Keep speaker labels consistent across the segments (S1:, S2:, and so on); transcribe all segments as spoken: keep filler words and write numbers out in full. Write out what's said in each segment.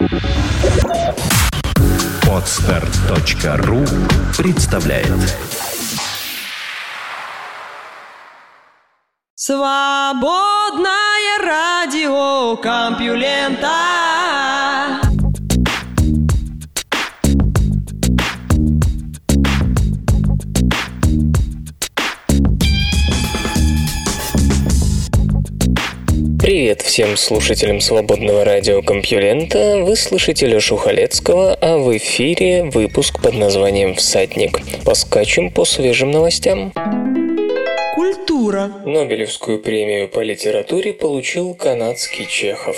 S1: Подстар точка ру представляет.
S2: Свободное радио Компьюлента.
S3: Привет всем слушателям свободного радио Компьюлента. Вы слышите Лёшу Халецкого, а в эфире выпуск под названием «Всадник». Поскачем по свежим новостям.
S2: Культура.
S3: Нобелевскую премию по литературе получил канадский Чехов.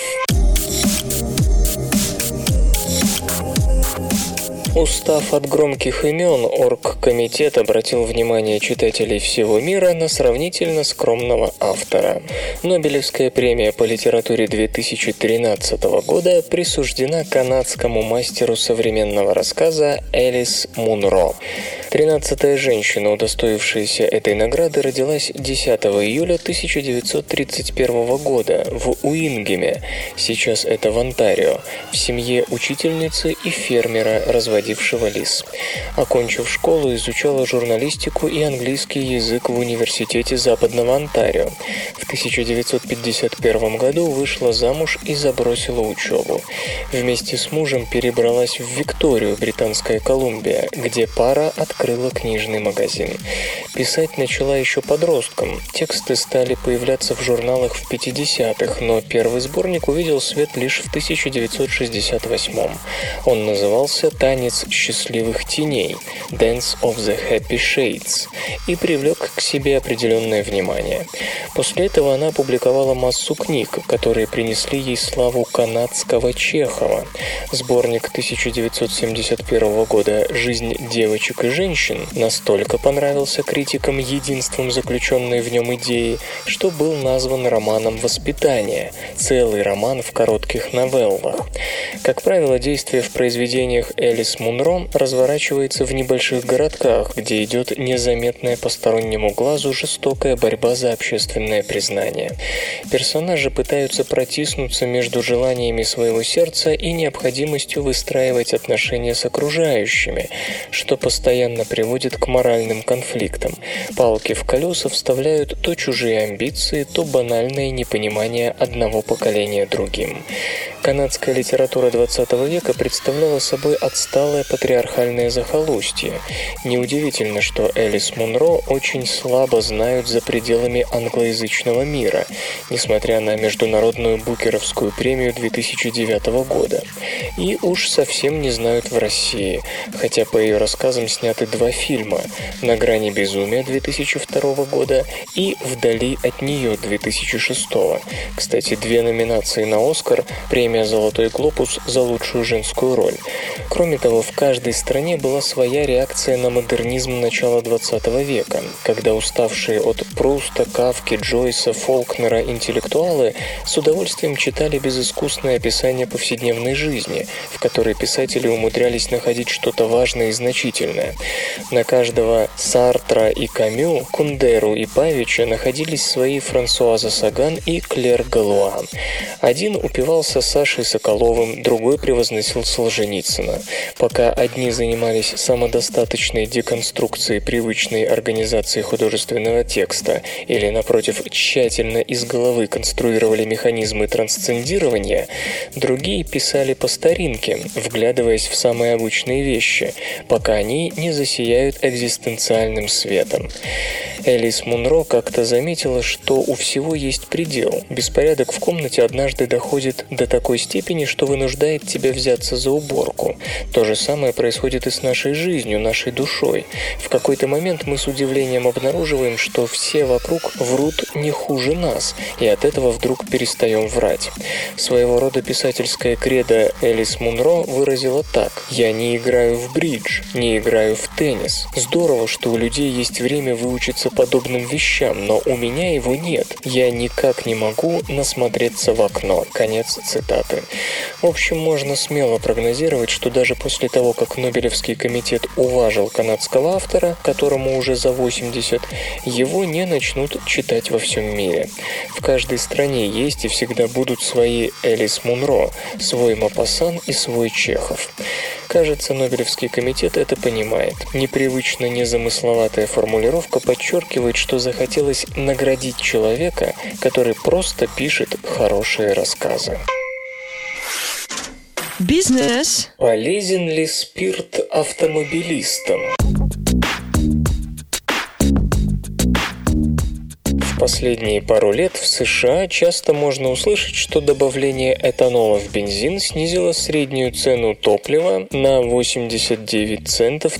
S3: Устав от громких имен, оргкомитет обратил внимание читателей всего мира на сравнительно скромного автора. Нобелевская премия по литературе две тысячи тринадцатого года присуждена канадскому мастеру современного рассказа Элис Мунро. Тринадцатая женщина, удостоившаяся этой награды, родилась десятого июля тысяча девятьсот тридцать первого года в Уингеме, сейчас это в Онтарио, в семье учительницы и фермера, разводившего лис. Окончив школу, изучала журналистику и английский язык в университете Западного Онтарио. В тысяча девятьсот пятьдесят первом году вышла замуж и забросила учебу. Вместе с мужем перебралась в Викторию, Британская Колумбия, где пара открыла книжный магазин. Писать начала еще подростком. Тексты стали появляться в журналах в пятидесятых, но первый сборник увидел свет лишь в тысяча девятьсот шестьдесят восьмом. Он назывался «Танец счастливых теней» (Dance of the Happy Shades) и привлек к себе определенное внимание. После этого она опубликовала массу книг, которые принесли ей славу канадского Чехова. Сборник тысяча девятьсот семьдесят первого года «Жизнь девочек и женщин» настолько понравился критикам единством заключенной в нем идеи, что был назван романом «Воспитание» – целый роман в коротких новеллах. Как правило, действие в произведениях Элис Мунро разворачивается в небольших городках, где идет незаметная постороннему глазу жестокая борьба за общественное признание. Персонажи пытаются протиснуться между желаниями своего сердца и необходимостью выстраивать отношения с окружающими, что постоянно приводит к моральным конфликтам. Палки в колеса вставляют то чужие амбиции, то банальное непонимание одного поколения другим. Канадская литература двадцатого века представляла собой отсталое патриархальное захолустье. Неудивительно, что Элис Мунро очень слабо знают за пределами англоязычного мира, несмотря на международную Букеровскую премию две тысячи девятого года. И уж совсем не знают в России, хотя по ее рассказам сняты два фильма «На грани безумия» две тысячи второго года и «Вдали от нее» две тысячи шестого. Кстати, две номинации на «Оскар», премия «Золотой глобус» за лучшую женскую роль. Кроме того, в каждой стране была своя реакция на модернизм начала двадцатого века, когда уставшие от Пруста, Кафки, Джойса, Фолкнера интеллектуалы с удовольствием читали безыскусное описание повседневной жизни, в которой писатели умудрялись находить что-то важное и значительное. На каждого Сартра и Камю, Кундеру и Павича находились свои Франсуаза Саган и Клер Галуа. Один упивался Сашей Соколовым, другой превозносил Солженицына. Пока одни занимались самодостаточной деконструкцией привычной организации художественного текста или, напротив, тщательно из головы конструировали механизмы трансцендирования, другие писали по старинке, вглядываясь в самые обычные вещи, пока они не засияют экзистенциальным светом. Элис Мунро как-то заметила, что у всего есть предел. Беспорядок в комнате однажды доходит до такой степени, что вынуждает тебя взяться за уборку. То же самое происходит и с нашей жизнью, нашей душой. В какой-то момент мы с удивлением обнаруживаем, что все вокруг врут не хуже нас, и от этого вдруг перестаем врать. Своего рода писательская кредо Элис Мунро выразила так: «Я не играю в бридж, не играю в теннис. Здорово, что у людей есть время выучиться подобным вещам, но у меня его нет. Я никак не могу насмотреться в окно». Конец цитаты. В общем, можно смело прогнозировать, что даже после того, как Нобелевский комитет уважил канадского автора, которому уже за восемьдесят, его не начнут читать во всем мире. В каждой стране есть и всегда будут свои Элис Мунро, свой Мопассан Круассан и свой Чехов. Кажется, Нобелевский комитет это понимает. Непривычно незамысловатая формулировка подчеркивает, что захотелось наградить человека, который просто пишет хорошие рассказы.
S2: Бизнес.
S3: Полезен ли спирт автомобилистам? В последние пару лет в США часто можно услышать, что добавление этанола в бензин снизило среднюю цену топлива на восемьдесят девять центов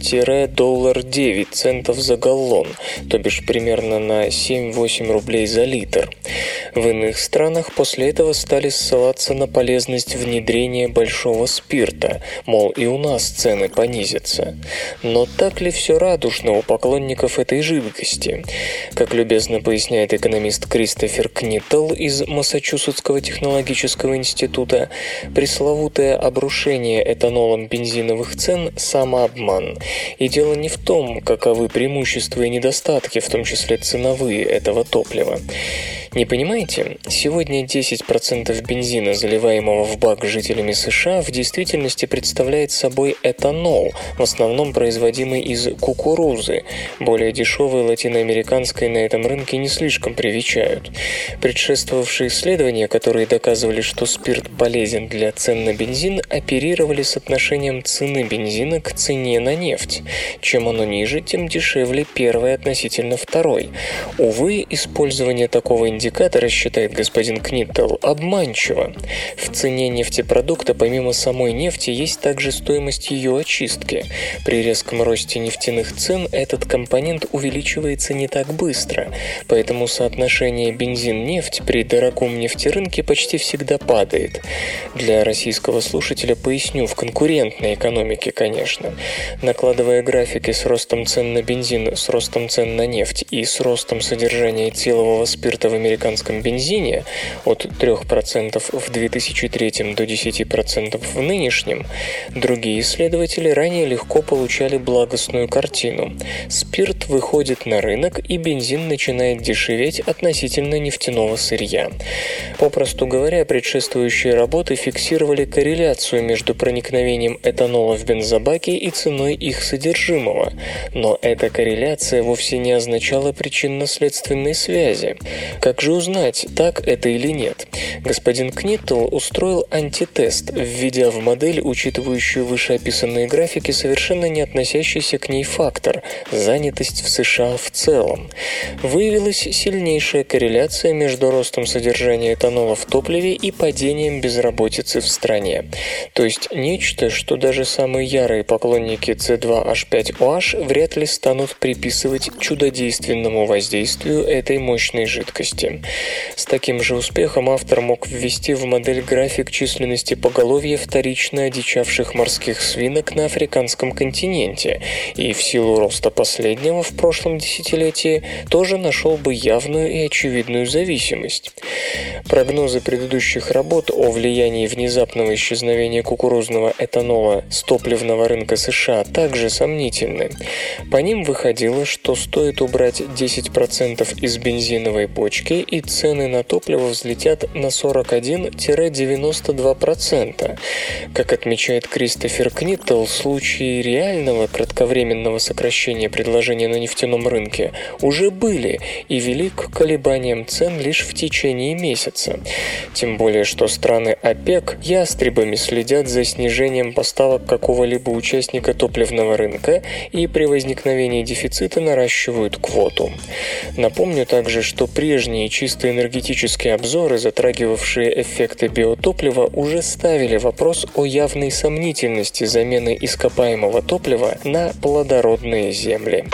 S3: - девять центов за галлон, то бишь примерно на семь-восемь рублей за литр. В иных странах после этого стали ссылаться на полезность внедрения большого спирта, мол, и у нас цены понизятся. Но так ли все радужно у поклонников этой жидкости? Как любезно поясняет экономист Кристофер Книттл из Массачусетского технологического института, пресловутое обрушение этанолом бензиновых цен – самообман. И дело не в том, каковы преимущества и недостатки, в том числе ценовые, этого топлива. Не понимаете? Сегодня десять процентов бензина, заливаемого в бак жителями США, в действительности представляет собой этанол, в основном производимый из кукурузы. Более дешевой латиноамериканской на этом рынке не слишком привечают. Предшествовавшие исследования, которые доказывали, что спирт полезен для цен на бензин, оперировали с отношением цены бензина к цене на нефть. Чем оно ниже, тем дешевле первой относительно второй. Увы, использование такого индикатора, считает господин Книттл, обманчиво. В цене нефтепродукта помимо самой нефти есть также стоимость ее очистки. При резком росте нефтяных цен этот компонент увеличивается не так быстро, поэтому соотношение бензин-нефть при дорогом нефтерынке почти всегда падает. Для российского слушателя поясню, в конкурентной экономике, конечно. Накладывая графики с ростом цен на бензин, с ростом цен на нефть и с ростом содержания этилового спирта в американском бензине от трёх процентов в две тысячи третьем до десяти процентов в нынешнем, другие исследователи ранее легко получали благостную картину. Спирт выходит на рынок, и бензин начинает дешеветь относительно нефтяного сырья. Попросту говоря, предшествующие работы фиксировали корреляцию между проникновением этанола в бензобаки и ценой их содержимого. Но эта корреляция вовсе не означала причинно-следственной связи. Как же узнать, так это или нет? Господин Книттл устроил антитест, введя в модель, учитывающую вышеописанные графики, совершенно не относящийся к ней фактор – занятость в США в целом. Выявилась сильнейшая корреляция между ростом содержания этанола в топливе и падением безработицы в стране. То есть нечто, что даже самые ярые поклонники си два эйч пять о эйч вряд ли станут приписывать чудодейственному воздействию этой мощной жидкости. С таким же успехом автор мог ввести в модель график численности поголовья вторично одичавших морских свинок на африканском континенте, и в силу роста последнего в прошлом десятилетии тоже нашел бы явную и очевидную зависимость. Прогнозы предыдущих работ о влиянии внезапного исчезновения кукурузного этанола с топливного рынка США также сомнительны. По ним выходило, что стоит убрать десять процентов из бензиновой бочки, и цены на топливо взлетят на сорок один - девяносто два процента. Как отмечает Кристофер Книттл, случаи реального кратковременного сокращения предложения на нефтяном рынке уже были и вели к колебаниям цен лишь в течение месяца. Тем более, что страны ОПЕК ястребами следят за снижением поставок какого-либо участника топливного рынка и при возникновении дефицита наращивают квоту. Напомню также, что прежние чисто энергетические обзоры, затрагивавшие эффекты биотоплива, уже ставили вопрос о явной сомнительности замены ископаемого топлива на плодородные земли.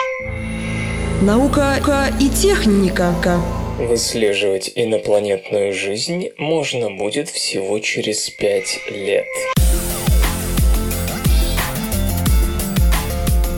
S2: Наука и техника.
S3: Выслеживать инопланетную жизнь можно будет всего через пять лет.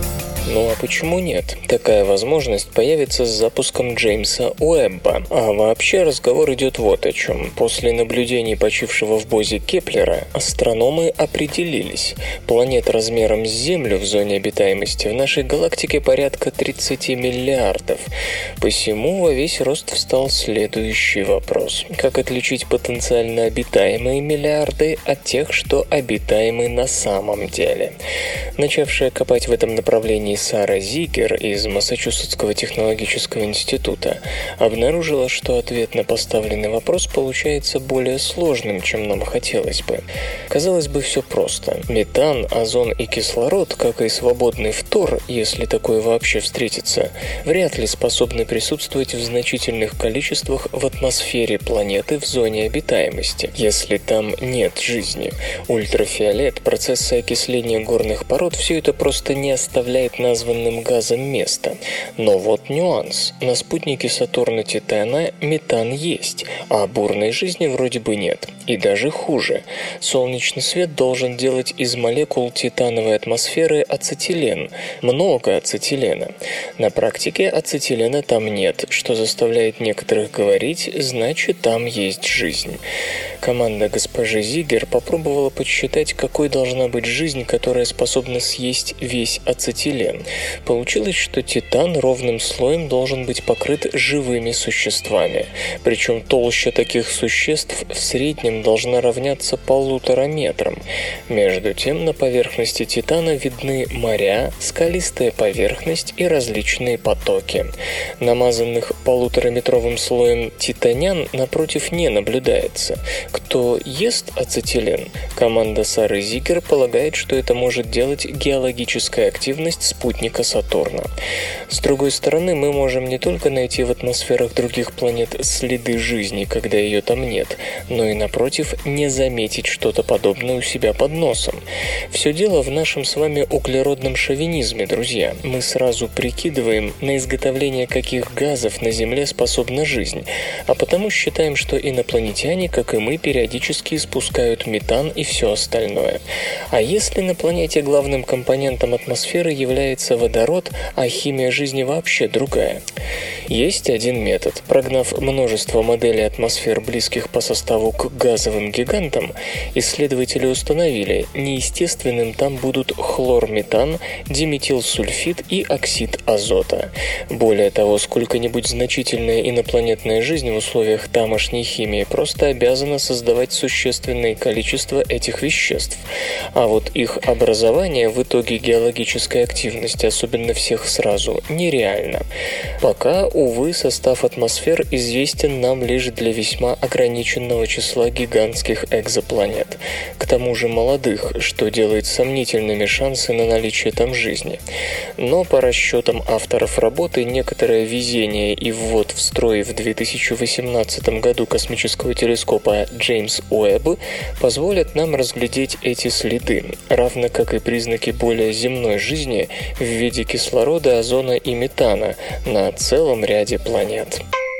S3: Ну а почему нет? Такая возможность появится с запуском Джеймса Уэбба. А вообще разговор идет вот о чем. После наблюдений почившего в Бозе Кеплера астрономы определились. Планет размером с Землю в зоне обитаемости в нашей галактике порядка тридцать миллиардов. Посему во весь рост встал следующий вопрос. Как отличить потенциально обитаемые миллиарды от тех, что обитаемы на самом деле? Начавшая копать в этом направлении Сара Зигер из Массачусетского технологического института обнаружила, что ответ на поставленный вопрос получается более сложным, чем нам хотелось бы. Казалось бы, все просто. Метан, озон и кислород, как и свободный фтор, если такое вообще встретится, вряд ли способны присутствовать в значительных количествах в атмосфере планеты в зоне обитаемости, если там нет жизни. Ультрафиолет, процессы окисления горных пород – все это просто не оставляет названным газом места. Но вот нюанс. На спутнике Сатурна Титана метан есть, а бурной жизни вроде бы нет. И даже хуже. Солнечный свет должен делать из молекул титановой атмосферы ацетилен. Много ацетилена. На практике ацетилена там нет, что заставляет некоторых говорить, значит, там есть жизнь. Команда госпожи Зигер попробовала подсчитать, какой должна быть жизнь, которая способна съесть весь ацетилен. Получилось, что титан ровным слоем должен быть покрыт живыми существами. Причем толща таких существ в среднем должна равняться полутора метрам. Между тем, на поверхности титана видны моря, скалистая поверхность и различные потоки. Намазанных полутораметровым слоем титанян, напротив, не наблюдается. Кто ест ацетилен? Команда Сары Зигер полагает, что это может делать геологическая активность спутника Сатурна. С другой стороны, мы можем не только найти в атмосферах других планет следы жизни, когда ее там нет, но и, напротив, не заметить что-то подобное у себя под носом. Все дело в нашем с вами углеродном шовинизме, друзья. Мы сразу прикидываем, на изготовление каких газов на Земле способна жизнь, а потому считаем, что инопланетяне, как и мы, периодически испускают метан и все остальное. А если на планете главным компонентом атмосферы является водород, а химия жизни вообще другая? Есть один метод. Прогнав множество моделей атмосфер, близких по составу к газовым гигантам, исследователи установили, неестественным там будут хлорметан, диметилсульфид и оксид азота. Более того, сколько-нибудь значительная инопланетная жизнь в условиях тамошней химии просто обязана создавать существенное количество этих веществ. А вот их образование в итоге геологической активности, особенно всех сразу, нереально. Пока, увы, состав атмосфер известен нам лишь для весьма ограниченного числа гигантских экзопланет. К тому же молодых, что делает сомнительными шансы на наличие там жизни. Но по расчетам авторов работы, некоторое везение и ввод в строй в две тысячи восемнадцатом году космического телескопа Джеймс Уэбб позволят нам разглядеть эти следы, равно как и признаки более земной жизни в виде кислорода, озона и метана на целом ряде планет.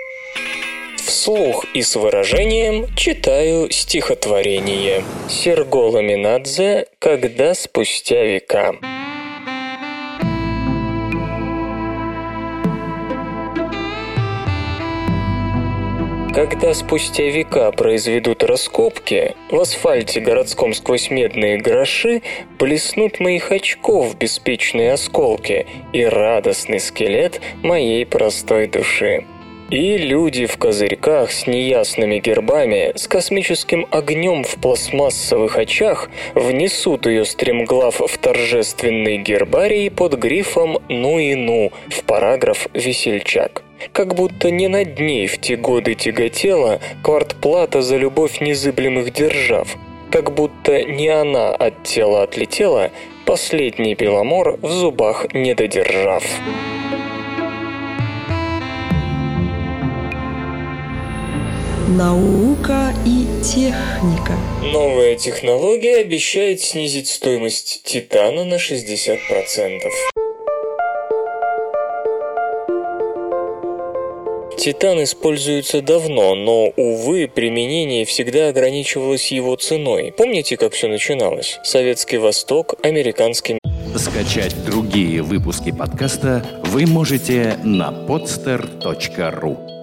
S3: Вслух и с выражением читаю стихотворение. Серго Ламинадзе «Когда спустя века». Когда спустя века произведут раскопки, в асфальте городском сквозь медные гроши блеснут моих очков беспечные осколки и радостный скелет моей простой души. И люди в козырьках с неясными гербами, с космическим огнем в пластмассовых очах внесут ее стремглав в торжественный гербарий под грифом «Ну и ну» в параграф «Весельчак». Как будто не над ней в те годы тяготела квартплата за любовь незыблемых держав. Как будто не она от тела отлетела, последний беломор в зубах не додержав.
S2: Наука и техника.
S3: Новая технология обещает снизить стоимость титана на шестьдесят процентов. Титан используется давно, но, увы, применение всегда ограничивалось его ценой. Помните, как все начиналось? Советский Восток, американский...
S1: Скачать другие выпуски подкаста вы можете на podster точка ру.